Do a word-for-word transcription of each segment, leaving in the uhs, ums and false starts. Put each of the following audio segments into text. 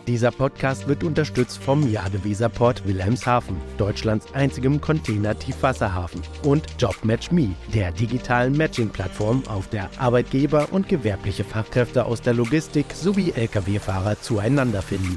Dieser Podcast wird unterstützt vom Jadeweserport Wilhelmshaven, Deutschlands einzigem Container-Tiefwasserhafen, und JobMatchMe, der digitalen Matching-Plattform, auf der Arbeitgeber und gewerbliche Fachkräfte aus der Logistik sowie L K W-Fahrer zueinander finden.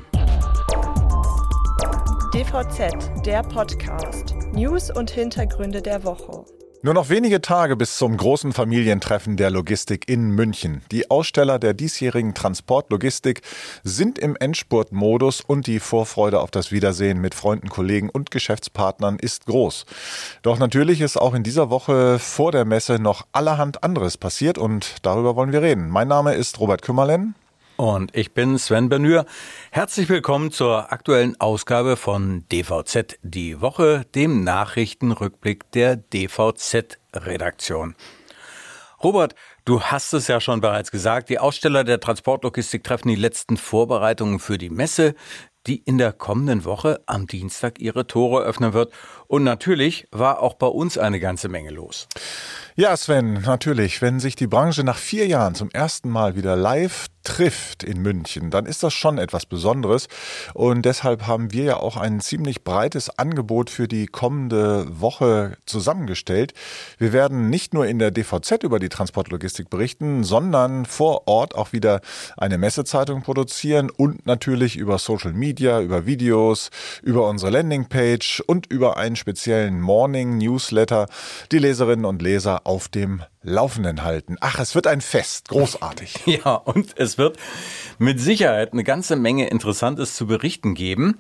D V Z, der Podcast. News und Hintergründe der Woche. Nur noch wenige Tage bis zum großen Familientreffen der Logistik in München. Die Aussteller der diesjährigen Transportlogistik sind im Endspurtmodus und die Vorfreude auf das Wiedersehen mit Freunden, Kollegen und Geschäftspartnern ist groß. Doch natürlich ist auch in dieser Woche vor der Messe noch allerhand anderes passiert und darüber wollen wir reden. Mein Name ist Robert Kümmerlen. Und ich bin Sven Benür. Herzlich willkommen zur aktuellen Ausgabe von D V Z die Woche, dem Nachrichtenrückblick der D V Z-Redaktion. Robert, du hast es ja schon bereits gesagt, die Aussteller der Transportlogistik treffen die letzten Vorbereitungen für die Messe, die in der kommenden Woche am Dienstag ihre Tore öffnen wird. Und natürlich war auch bei uns eine ganze Menge los. Ja, Sven, natürlich. Wenn sich die Branche nach vier Jahren zum ersten Mal wieder live trifft in München, dann ist das schon etwas Besonderes. Und deshalb haben wir ja auch ein ziemlich breites Angebot für die kommende Woche zusammengestellt. Wir werden nicht nur in der D V Z über die Transportlogistik berichten, sondern vor Ort auch wieder eine Messezeitung produzieren und natürlich über Social Media, über Videos, über unsere Landingpage und über einen speziellen Morning Newsletter die Leserinnen und Leser auf dem Laufenden halten. Ach, es wird ein Fest. Großartig. Ja, und es wird mit Sicherheit eine ganze Menge Interessantes zu berichten geben.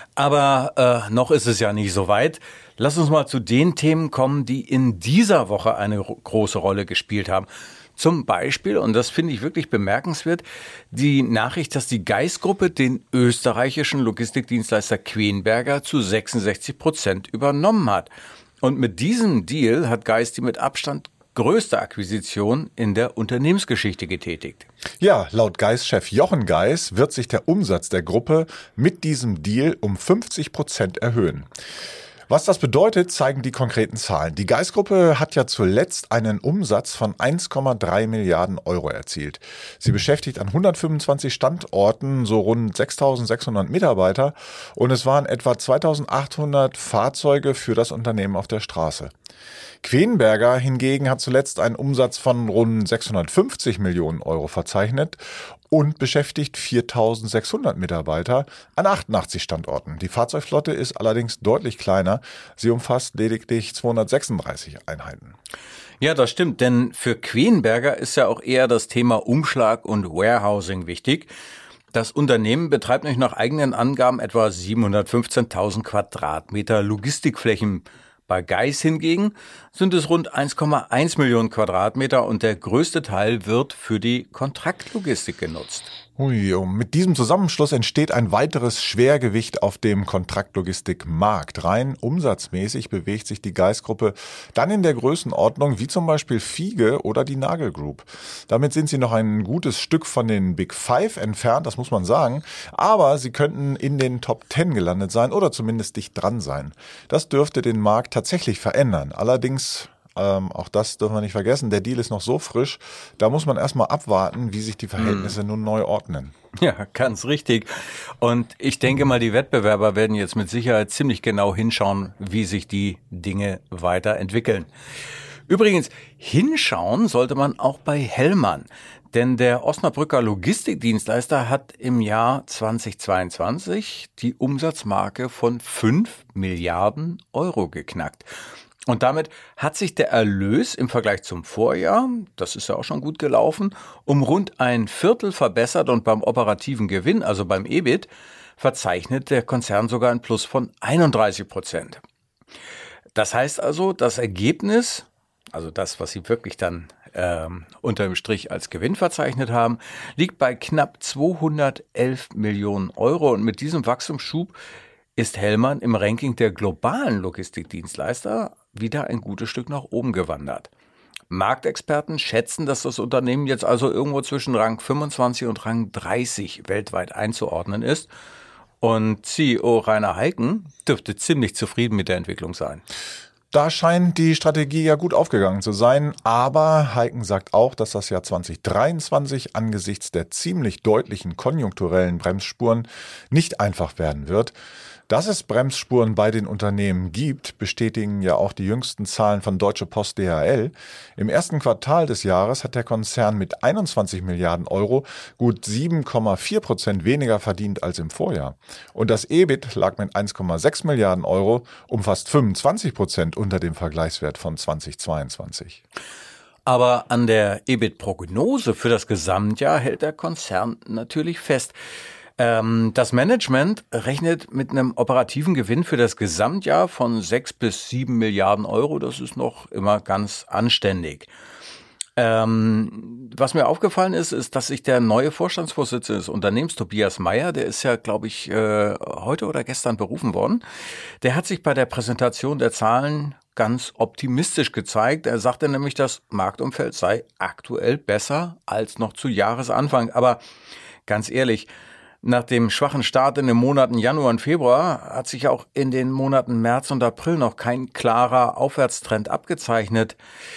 Aber äh, noch ist es ja nicht so weit. Lass uns mal zu den Themen kommen, die in dieser Woche eine ro- große Rolle gespielt haben. Zum Beispiel, und das finde ich wirklich bemerkenswert, die Nachricht, dass die Geis-Gruppe den österreichischen Logistikdienstleister Quenberger zu sechsundsechzig Prozent übernommen hat. Und mit diesem Deal hat Geis die mit Abstand größte Akquisition in der Unternehmensgeschichte getätigt. Ja, laut Geis-Chef Jochen Geis wird sich der Umsatz der Gruppe mit diesem Deal um fünfzig Prozent erhöhen. Was das bedeutet, zeigen die konkreten Zahlen. Die Geis-Gruppe hat ja zuletzt einen Umsatz von eins Komma drei Milliarden Euro erzielt. Sie beschäftigt an hundertfünfundzwanzig Standorten so rund sechstausendsechshundert Mitarbeiter und es waren etwa zweitausendachthundert Fahrzeuge für das Unternehmen auf der Straße. Quenberger hingegen hat zuletzt einen Umsatz von rund sechshundertfünfzig Millionen Euro verzeichnet und beschäftigt viertausendsechshundert Mitarbeiter an achtundachtzig Standorten. Die Fahrzeugflotte ist allerdings deutlich kleiner. Sie umfasst lediglich zweihundertsechsunddreißig Einheiten. Ja, das stimmt, denn für Quenberger ist ja auch eher das Thema Umschlag und Warehousing wichtig. Das Unternehmen betreibt nämlich nach eigenen Angaben etwa siebenhundertfünfzehntausend Quadratmeter Logistikflächen. Bei Geis hingegen sind es rund eins Komma eins Millionen Quadratmeter und der größte Teil wird für die Kontraktlogistik genutzt. Ui, und mit diesem Zusammenschluss entsteht ein weiteres Schwergewicht auf dem Kontraktlogistikmarkt. Rein umsatzmäßig bewegt sich die Geis-Gruppe dann in der Größenordnung wie zum Beispiel Fiege oder die Nagel Group. Damit sind sie noch ein gutes Stück von den Big Five entfernt, das muss man sagen. Aber sie könnten in den Top Ten gelandet sein oder zumindest dicht dran sein. Das dürfte den Markt tatsächlich verändern. Allerdings... Ähm, auch das dürfen wir nicht vergessen, der Deal ist noch so frisch, da muss man erstmal abwarten, wie sich die Verhältnisse hm. nun neu ordnen. Ja, ganz richtig. Und ich denke mal, die Wettbewerber werden jetzt mit Sicherheit ziemlich genau hinschauen, wie sich die Dinge weiterentwickeln. Übrigens, hinschauen sollte man auch bei Hellmann. Denn der Osnabrücker Logistikdienstleister hat im Jahr zweitausendzweiundzwanzig die Umsatzmarke von fünf Milliarden Euro geknackt. Und damit hat sich der Erlös im Vergleich zum Vorjahr, das ist ja auch schon gut gelaufen, um rund ein Viertel verbessert und beim operativen Gewinn, also beim E B I T, verzeichnet der Konzern sogar ein Plus von einunddreißig Prozent. Das heißt also, das Ergebnis, also das, was sie wirklich dann ähm, unter dem Strich als Gewinn verzeichnet haben, liegt bei knapp zweihundertelf Millionen Euro und mit diesem Wachstumsschub ist Hellmann im Ranking der globalen Logistikdienstleister wieder ein gutes Stück nach oben gewandert. Marktexperten schätzen, dass das Unternehmen jetzt also irgendwo zwischen Rang fünfundzwanzig und Rang dreißig weltweit einzuordnen ist. Und C E O Rainer Heiken dürfte ziemlich zufrieden mit der Entwicklung sein. Da scheint die Strategie ja gut aufgegangen zu sein, aber Heiken sagt auch, dass das Jahr zwanzig dreiundzwanzig angesichts der ziemlich deutlichen konjunkturellen Bremsspuren nicht einfach werden wird. Dass es Bremsspuren bei den Unternehmen gibt, bestätigen ja auch die jüngsten Zahlen von Deutsche Post D H L. Im ersten Quartal des Jahres hat der Konzern mit einundzwanzig Milliarden Euro gut sieben Komma vier Prozent weniger verdient als im Vorjahr. Und das E B I T lag mit eins Komma sechs Milliarden Euro um fast fünfundzwanzig Prozent unter dem Vergleichswert von zweitausendzweiundzwanzig. Aber an der E B I T-Prognose für das Gesamtjahr hält der Konzern natürlich fest. Das Management rechnet mit einem operativen Gewinn für das Gesamtjahr von sechs bis sieben Milliarden Euro. Das ist noch immer ganz anständig. Ähm, was mir aufgefallen ist, ist, dass sich der neue Vorstandsvorsitzende des Unternehmens, Tobias Meyer, der ist ja, glaube ich, äh, heute oder gestern berufen worden, der hat sich bei der Präsentation der Zahlen ganz optimistisch gezeigt. Er sagte nämlich, das Marktumfeld sei aktuell besser als noch zu Jahresanfang. Aber ganz ehrlich, nach dem schwachen Start in den Monaten Januar und Februar hat sich auch in den Monaten März und April noch kein klarer Aufwärtstrend abgezeichnet.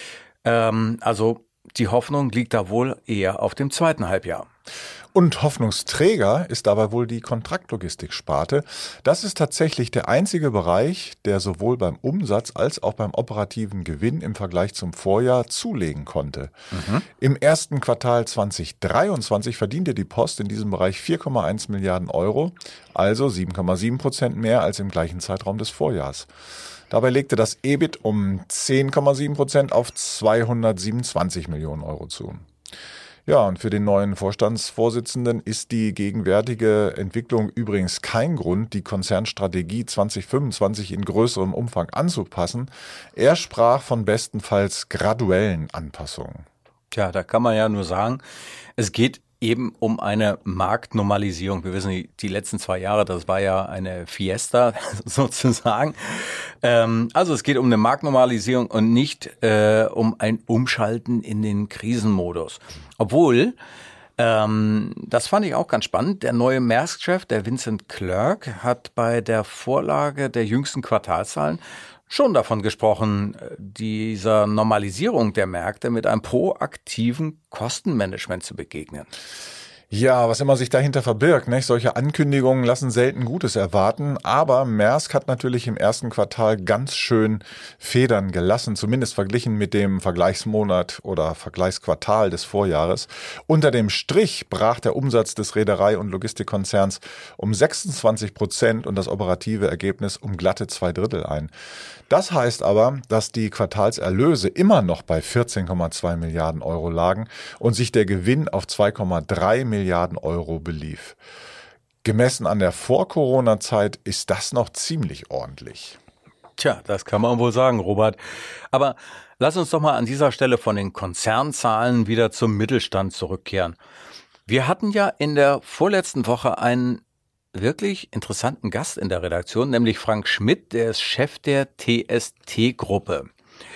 Ähm, also die Hoffnung liegt da wohl eher auf dem zweiten Halbjahr. Und Hoffnungsträger ist dabei wohl die Kontraktlogistik-Sparte. Das ist tatsächlich der einzige Bereich, der sowohl beim Umsatz als auch beim operativen Gewinn im Vergleich zum Vorjahr zulegen konnte. Mhm. Im ersten Quartal zwanzig dreiundzwanzig verdiente die Post in diesem Bereich vier Komma eins Milliarden Euro, also sieben Komma sieben Prozent mehr als im gleichen Zeitraum des Vorjahrs. Dabei legte das E B I T um zehn Komma sieben Prozent auf zweihundertsiebenundzwanzig Millionen Euro zu. Ja, und für den neuen Vorstandsvorsitzenden ist die gegenwärtige Entwicklung übrigens kein Grund, die Konzernstrategie zwanzig fünfundzwanzig in größerem Umfang anzupassen. Er sprach von bestenfalls graduellen Anpassungen. Tja, da kann man ja nur sagen, es geht eben um eine Marktnormalisierung. Wir wissen, die, die letzten zwei Jahre, das war ja eine Fiesta sozusagen. Ähm, also es geht um eine Marktnormalisierung und nicht äh, um ein Umschalten in den Krisenmodus. Obwohl, ähm, das fand ich auch ganz spannend, der neue Maersk-Chef, der Vincent Clerc, hat bei der Vorlage der jüngsten Quartalszahlen schon davon gesprochen, dieser Normalisierung der Märkte mit einem proaktiven Kostenmanagement zu begegnen. Ja, was immer sich dahinter verbirgt, nicht? Solche Ankündigungen lassen selten Gutes erwarten, aber Maersk hat natürlich im ersten Quartal ganz schön Federn gelassen, zumindest verglichen mit dem Vergleichsmonat oder Vergleichsquartal des Vorjahres. Unter dem Strich brach der Umsatz des Reederei- und Logistikkonzerns um sechsundzwanzig Prozent und das operative Ergebnis um glatte zwei Drittel ein. Das heißt aber, dass die Quartalserlöse immer noch bei vierzehn Komma zwei Milliarden Euro lagen und sich der Gewinn auf zwei Komma drei Milliarden Euro belief. Gemessen an der Vor-Corona-Zeit ist das noch ziemlich ordentlich. Tja, das kann man wohl sagen, Robert. Aber lass uns doch mal an dieser Stelle von den Konzernzahlen wieder zum Mittelstand zurückkehren. Wir hatten ja in der vorletzten Woche einen wirklich interessanten Gast in der Redaktion, nämlich Frank Schmidt, der ist Chef der T S T-Gruppe.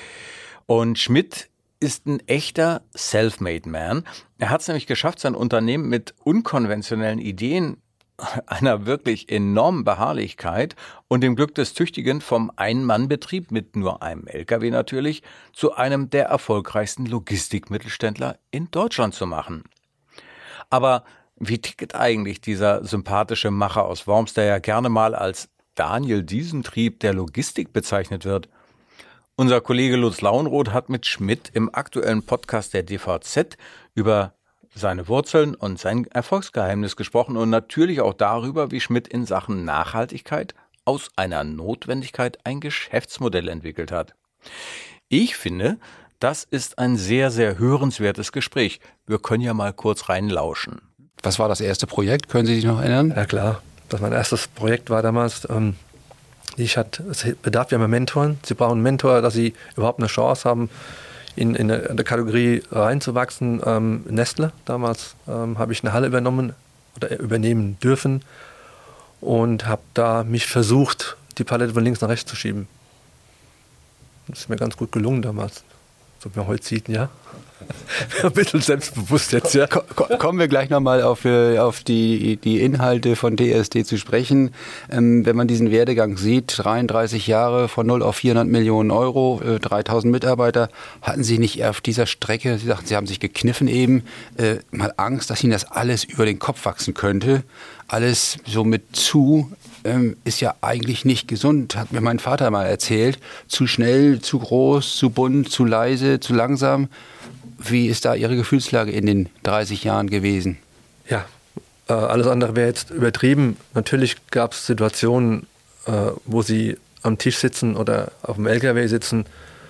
Und Schmidt ist ein echter Self-Made Man. Er hat es nämlich geschafft, sein Unternehmen mit unkonventionellen Ideen, einer wirklich enormen Beharrlichkeit und dem Glück des Tüchtigen vom Ein-Mann-Betrieb mit nur einem L K W natürlich zu einem der erfolgreichsten Logistikmittelständler in Deutschland zu machen. Aber wie tickt eigentlich dieser sympathische Macher aus Worms, der ja gerne mal als Daniel Diesentrieb der Logistik bezeichnet wird? Unser Kollege Lutz Lauenroth hat mit Schmidt im aktuellen Podcast der D V Z über seine Wurzeln und sein Erfolgsgeheimnis gesprochen und natürlich auch darüber, wie Schmidt in Sachen Nachhaltigkeit aus einer Notwendigkeit ein Geschäftsmodell entwickelt hat. Ich finde, das ist ein sehr, sehr hörenswertes Gespräch. Wir können ja mal kurz reinlauschen. Was war das erste Projekt? Können Sie sich noch erinnern? Ja klar, das mein erstes Projekt war damals. Ähm, ich hat, es bedarf ja immer Mentoren. Sie brauchen einen Mentor, dass Sie überhaupt eine Chance haben, in, in eine Kategorie reinzuwachsen. Ähm, Nestle, damals ähm, habe ich eine Halle übernommen oder übernehmen dürfen und habe da mich versucht, die Palette von links nach rechts zu schieben. Das ist mir ganz gut gelungen damals. So wie man heute sieht, ja. Ein bisschen selbstbewusst jetzt, ja. Kommen wir gleich nochmal auf, auf die, die Inhalte von D S D zu sprechen. Ähm, wenn man diesen Werdegang sieht, dreiunddreißig Jahre von null auf vierhundert Millionen Euro, äh, dreitausend Mitarbeiter, hatten Sie nicht auf dieser Strecke, Sie sagten, Sie haben sich gekniffen eben, äh, mal Angst, dass Ihnen das alles über den Kopf wachsen könnte? Alles so mit zu ähm, ist ja eigentlich nicht gesund, hat mir mein Vater mal erzählt. Zu schnell, zu groß, zu bunt, zu leise, zu langsam. Wie ist da Ihre Gefühlslage in den dreißig Jahren gewesen? Ja, äh, alles andere wäre jetzt übertrieben. Natürlich gab es Situationen, äh, wo Sie am Tisch sitzen oder auf dem L K W sitzen,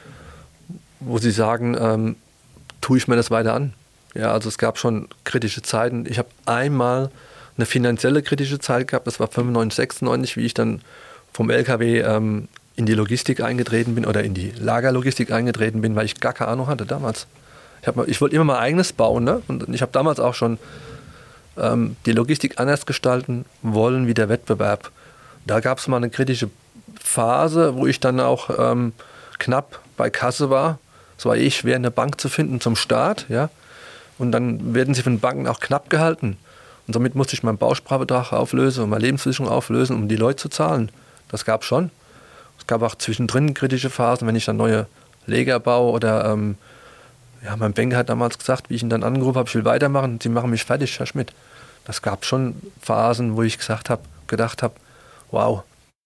wo Sie sagen, ähm, tue ich mir das weiter an? Ja, also es gab schon kritische Zeiten. Ich habe einmal eine finanzielle kritische Zeit gehabt, das war fünfundneunzig, sechsundneunzig, wie ich dann vom L K W ähm, in die Logistik eingetreten bin oder in die Lagerlogistik eingetreten bin, weil ich gar keine Ahnung hatte damals. Ich, hab, ich wollte immer mein eigenes bauen, ne? Und ich habe damals auch schon ähm, die Logistik anders gestalten wollen wie der Wettbewerb. Da gab es mal eine kritische Phase, wo ich dann auch ähm, knapp bei Kasse war. Es war eh schwer, eine Bank zu finden zum Start, ja. Und dann werden sie von den Banken auch knapp gehalten. Und somit musste ich meinen Bausparbetrag auflösen und meine Lebensversicherung auflösen, um die Leute zu zahlen. Das gab es schon. Es gab auch zwischendrin kritische Phasen, wenn ich dann neue Leger baue oder ähm, ja, mein Banker hat damals gesagt, wie ich ihn dann angerufen habe, ich will weitermachen, Sie machen mich fertig, Herr Schmidt. Das gab schon Phasen, wo ich gesagt habe, gedacht habe, wow.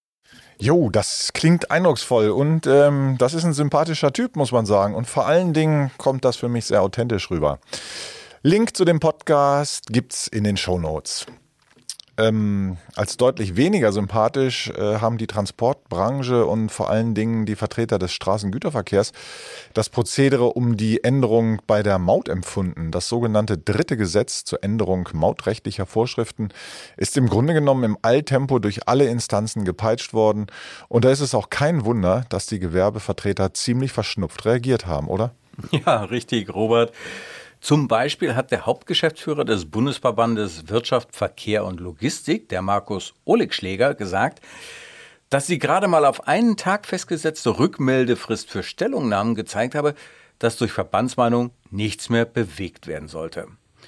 Jo, das klingt eindrucksvoll und ähm, das ist ein sympathischer Typ, muss man sagen. Und vor allen Dingen kommt das für mich sehr authentisch rüber. Link zu dem Podcast gibt's in den Shownotes. Ähm, als deutlich weniger sympathisch äh, haben die Transportbranche und vor allen Dingen die Vertreter des Straßengüterverkehrs das Prozedere um die Änderung bei der Maut empfunden. Das sogenannte dritte Gesetz zur Änderung mautrechtlicher Vorschriften ist im Grunde genommen im Eiltempo durch alle Instanzen gepeitscht worden. Und da ist es auch kein Wunder, dass die Gewerbevertreter ziemlich verschnupft reagiert haben, oder? Ja, richtig, Robert. Zum Beispiel hat der Hauptgeschäftsführer des Bundesverbandes Wirtschaft, Verkehr und Logistik, der Markus Oligschläger, gesagt, dass sie gerade mal auf einen Tag festgesetzte Rückmeldefrist für Stellungnahmen gezeigt habe, dass durch Verbandsmeinung nichts mehr bewegt werden sollte.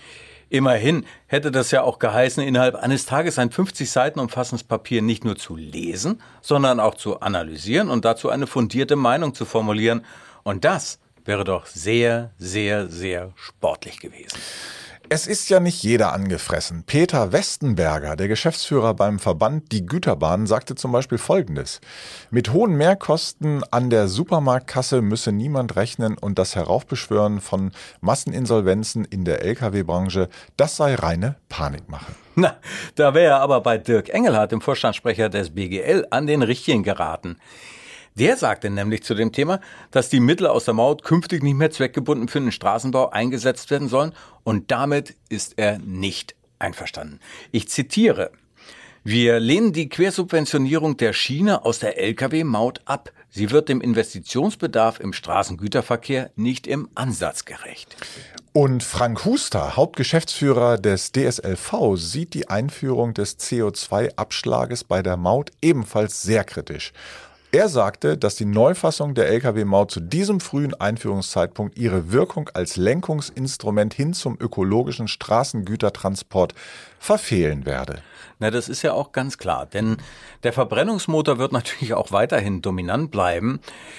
Immerhin hätte das ja auch geheißen, innerhalb eines Tages ein fünfzig Seiten umfassendes Papier nicht nur zu lesen, sondern auch zu analysieren und dazu eine fundierte Meinung zu formulieren. Und das wäre doch sehr, sehr, sehr sportlich gewesen. Es ist ja nicht jeder angefressen. Peter Westenberger, der Geschäftsführer beim Verband Die Güterbahn, sagte zum Beispiel Folgendes. Mit hohen Mehrkosten an der Supermarktkasse müsse niemand rechnen und das Heraufbeschwören von Masseninsolvenzen in der L K W-Branche, das sei reine Panikmache. Na, da wäre er aber bei Dirk Engelhardt, dem Vorstandssprecher des B G L, an den Richtigen geraten. Der sagte nämlich zu dem Thema, dass die Mittel aus der Maut künftig nicht mehr zweckgebunden für den Straßenbau eingesetzt werden sollen und damit ist er nicht einverstanden. Ich zitiere: Wir lehnen die Quersubventionierung der Schiene aus der L K W-Maut ab. Sie wird dem Investitionsbedarf im Straßengüterverkehr nicht im Ansatz gerecht. Und Frank Huster, Hauptgeschäftsführer des D S L V, sieht die Einführung des C O zwei Abschlages bei der Maut ebenfalls sehr kritisch. Er sagte, dass die Neufassung der L K W-Maut zu diesem frühen Einführungszeitpunkt ihre Wirkung als Lenkungsinstrument hin zum ökologischen Straßengütertransport verfehlen werde. Na, das ist ja auch ganz klar, denn der Verbrennungsmotor wird natürlich auch weiterhin dominant bleiben.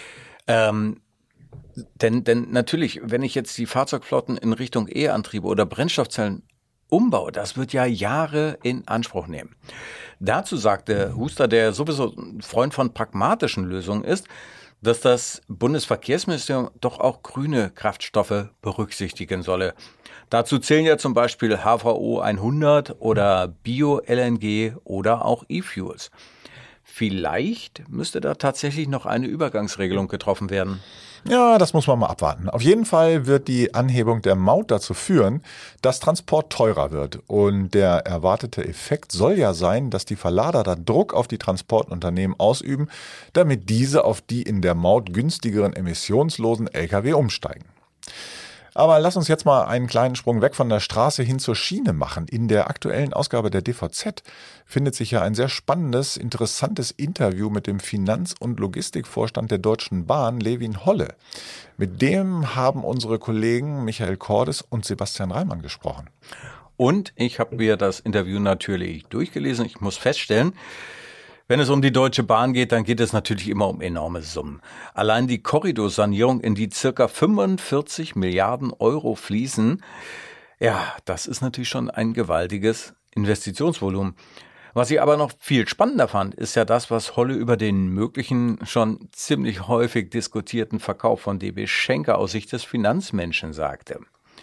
Ähm, denn, denn natürlich, wenn ich jetzt die Fahrzeugflotten in Richtung E-Antriebe oder Brennstoffzellen umbaue, das wird ja Jahre in Anspruch nehmen. Dazu sagte Huster, der sowieso ein Freund von pragmatischen Lösungen ist, dass das Bundesverkehrsministerium doch auch grüne Kraftstoffe berücksichtigen solle. Dazu zählen ja zum Beispiel H V O hundert oder Bio-L N G oder auch E-Fuels. Vielleicht müsste da tatsächlich noch eine Übergangsregelung getroffen werden. Ja, das muss man mal abwarten. Auf jeden Fall wird die Anhebung der Maut dazu führen, dass Transport teurer wird. Und der erwartete Effekt soll ja sein, dass die Verlader da Druck auf die Transportunternehmen ausüben, damit diese auf die in der Maut günstigeren emissionslosen L K W umsteigen. Aber lass uns jetzt mal einen kleinen Sprung weg von der Straße hin zur Schiene machen. In der aktuellen Ausgabe der D V Z findet sich ja ein sehr spannendes, interessantes Interview mit dem Finanz- und Logistikvorstand der Deutschen Bahn, Levin Holle. Mit dem haben unsere Kollegen Michael Cordes und Sebastian Reimann gesprochen. Und ich habe mir das Interview natürlich durchgelesen. Ich muss feststellen, wenn es um die Deutsche Bahn geht, dann geht es natürlich immer um enorme Summen. Allein die Korridorsanierung, in die circa fünfundvierzig Milliarden Euro fließen, ja, das ist natürlich schon ein gewaltiges Investitionsvolumen. Was ich aber noch viel spannender fand, ist ja das, was Holle über den möglichen, schon ziemlich häufig diskutierten Verkauf von D B Schenker aus Sicht des Finanzmenschen sagte.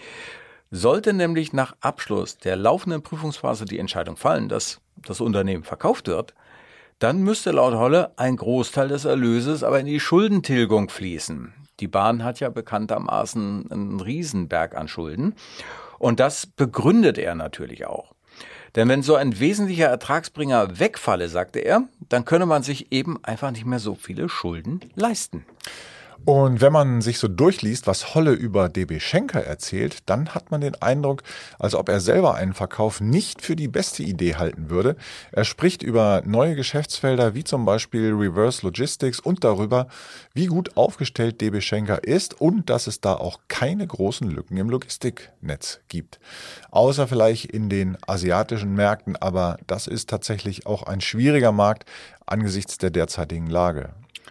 Sollte nämlich nach Abschluss der laufenden Prüfungsphase die Entscheidung fallen, dass das Unternehmen verkauft wird, dann müsste laut Holle ein Großteil des Erlöses aber in die Schuldentilgung fließen. Die Bahn hat ja bekanntermaßen einen Riesenberg an Schulden und das begründet er natürlich auch. Denn wenn so ein wesentlicher Ertragsbringer wegfalle, sagte er, dann könne man sich eben einfach nicht mehr so viele Schulden leisten. Und wenn man sich so durchliest, was Holle über D B Schenker erzählt, dann hat man den Eindruck, als ob er selber einen Verkauf nicht für die beste Idee halten würde. Er spricht über neue Geschäftsfelder wie zum Beispiel Reverse Logistics und darüber, wie gut aufgestellt D B Schenker ist und dass es da auch keine großen Lücken im Logistiknetz gibt. Außer vielleicht in den asiatischen Märkten, aber das ist tatsächlich auch ein schwieriger Markt angesichts der derzeitigen Lage.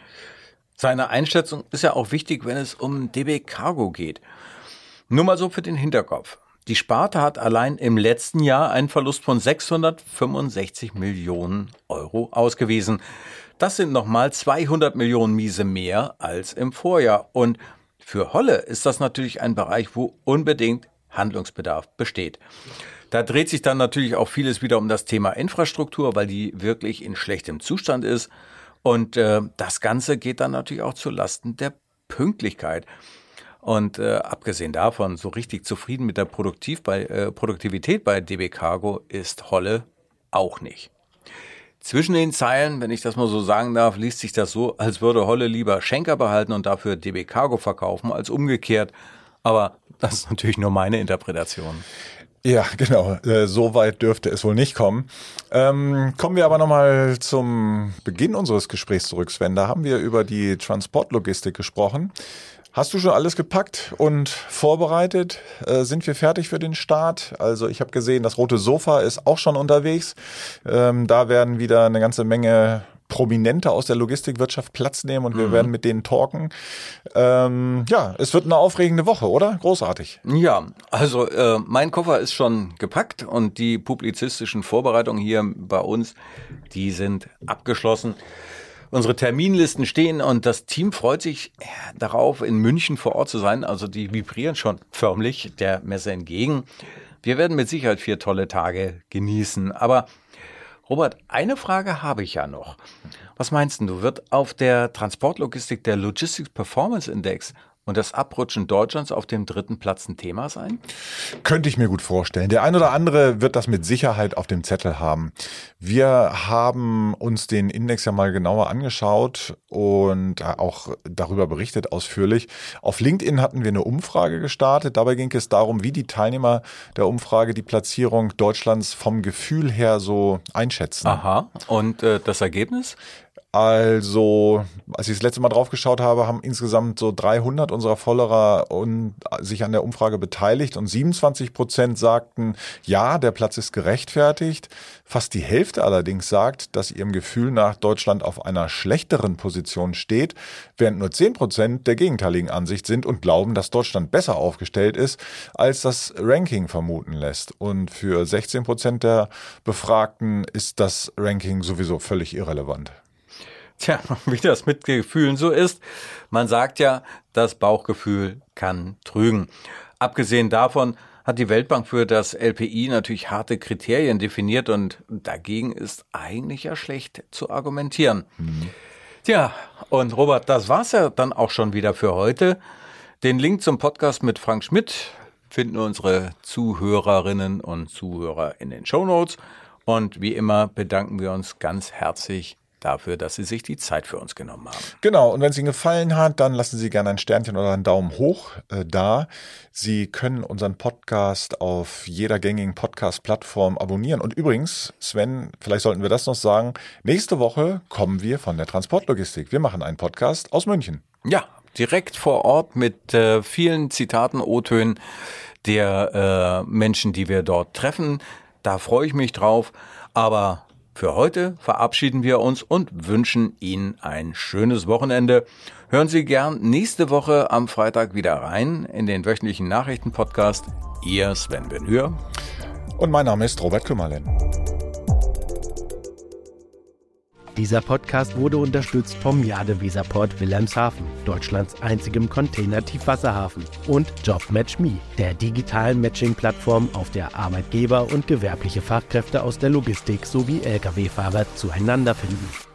Seine Einschätzung ist ja auch wichtig, wenn es um D B Cargo geht. Nur mal so für den Hinterkopf. Die Sparte hat allein im letzten Jahr einen Verlust von sechshundertfünfundsechzig Millionen Euro ausgewiesen. Das sind nochmal zweihundert Millionen Miese mehr als im Vorjahr. Und für Holle ist das natürlich ein Bereich, wo unbedingt Handlungsbedarf besteht. Da dreht sich dann natürlich auch vieles wieder um das Thema Infrastruktur, weil die wirklich in schlechtem Zustand ist. Und äh, das Ganze geht dann natürlich auch zu Lasten der Pünktlichkeit. Und äh, abgesehen davon, so richtig zufrieden mit der Produktiv bei, äh, Produktivität bei D B Cargo ist Holle auch nicht. Zwischen den Zeilen, wenn ich das mal so sagen darf, liest sich das so, als würde Holle lieber Schenker behalten und dafür D B Cargo verkaufen, als umgekehrt. Aber das ist natürlich nur meine Interpretation. Ja, genau. Äh, so weit dürfte es wohl nicht kommen. Ähm, kommen wir aber nochmal zum Beginn unseres Gesprächs zurück, Sven. Da haben wir über die Transportlogistik gesprochen. Hast du schon alles gepackt und vorbereitet? Äh, sind wir fertig für den Start? Also ich habe gesehen, das rote Sofa ist auch schon unterwegs. Ähm, da werden wieder eine ganze Menge Prominente aus der Logistikwirtschaft Platz nehmen und wir mhm. werden mit denen talken. Ähm, ja, es wird eine aufregende Woche, oder? Großartig. Ja, also äh, mein Koffer ist schon gepackt und die publizistischen Vorbereitungen hier bei uns, die sind abgeschlossen. Unsere Terminlisten stehen und das Team freut sich darauf, in München vor Ort zu sein. Also die vibrieren schon förmlich der Messe entgegen. Wir werden mit Sicherheit vier tolle Tage genießen, aber Robert, eine Frage habe ich ja noch. Was meinst du, wird auf der Transportlogistik der Logistics Performance Index und das Abrutschen Deutschlands auf dem dritten Platz ein Thema sein? Könnte ich mir gut vorstellen. Der ein oder andere wird das mit Sicherheit auf dem Zettel haben. Wir haben uns den Index ja mal genauer angeschaut und auch darüber berichtet ausführlich. Auf LinkedIn hatten wir eine Umfrage gestartet. Dabei ging es darum, wie die Teilnehmer der Umfrage die Platzierung Deutschlands vom Gefühl her so einschätzen. Aha. Und äh, das Ergebnis? Also, als ich das letzte Mal drauf geschaut habe, haben insgesamt so dreihundert unserer Follower und sich an der Umfrage beteiligt und siebenundzwanzig Prozent sagten, ja, der Platz ist gerechtfertigt. Fast die Hälfte allerdings sagt, dass ihrem Gefühl nach Deutschland auf einer schlechteren Position steht, während nur zehn Prozent der gegenteiligen Ansicht sind und glauben, dass Deutschland besser aufgestellt ist, als das Ranking vermuten lässt. Und für sechzehn Prozent der Befragten ist das Ranking sowieso völlig irrelevant. Tja, wie das mit Gefühlen so ist. Man sagt ja, das Bauchgefühl kann trügen. Abgesehen davon hat die Weltbank für das L P I natürlich harte Kriterien definiert und dagegen ist eigentlich ja schlecht zu argumentieren. Mhm. Tja, und Robert, das war's ja dann auch schon wieder für heute. Den Link zum Podcast mit Frank Schmidt finden unsere Zuhörerinnen und Zuhörer in den Shownotes. Und wie immer bedanken wir uns ganz herzlich dafür, dass Sie sich die Zeit für uns genommen haben. Genau, und wenn es Ihnen gefallen hat, dann lassen Sie gerne ein Sternchen oder einen Daumen hoch äh, da. Sie können unseren Podcast auf jeder gängigen Podcast-Plattform abonnieren. Und übrigens, Sven, vielleicht sollten wir das noch sagen, nächste Woche kommen wir von der Transportlogistik. Wir machen einen Podcast aus München. Ja, direkt vor Ort mit äh, vielen Zitaten, O-Tönen der äh, Menschen, die wir dort treffen. Da freue ich mich drauf. Aber für heute verabschieden wir uns und wünschen Ihnen ein schönes Wochenende. Hören Sie gern nächste Woche am Freitag wieder rein in den wöchentlichen Nachrichtenpodcast. Ihr Sven Benhür. Und mein Name ist Robert Kümmerlen. Dieser Podcast wurde unterstützt vom Jadeweserport Wilhelmshaven, Deutschlands einzigem Container-Tiefwasserhafen, und JobMatchMe, der digitalen Matching-Plattform, auf der Arbeitgeber und gewerbliche Fachkräfte aus der Logistik sowie Lkw-Fahrer zueinander finden.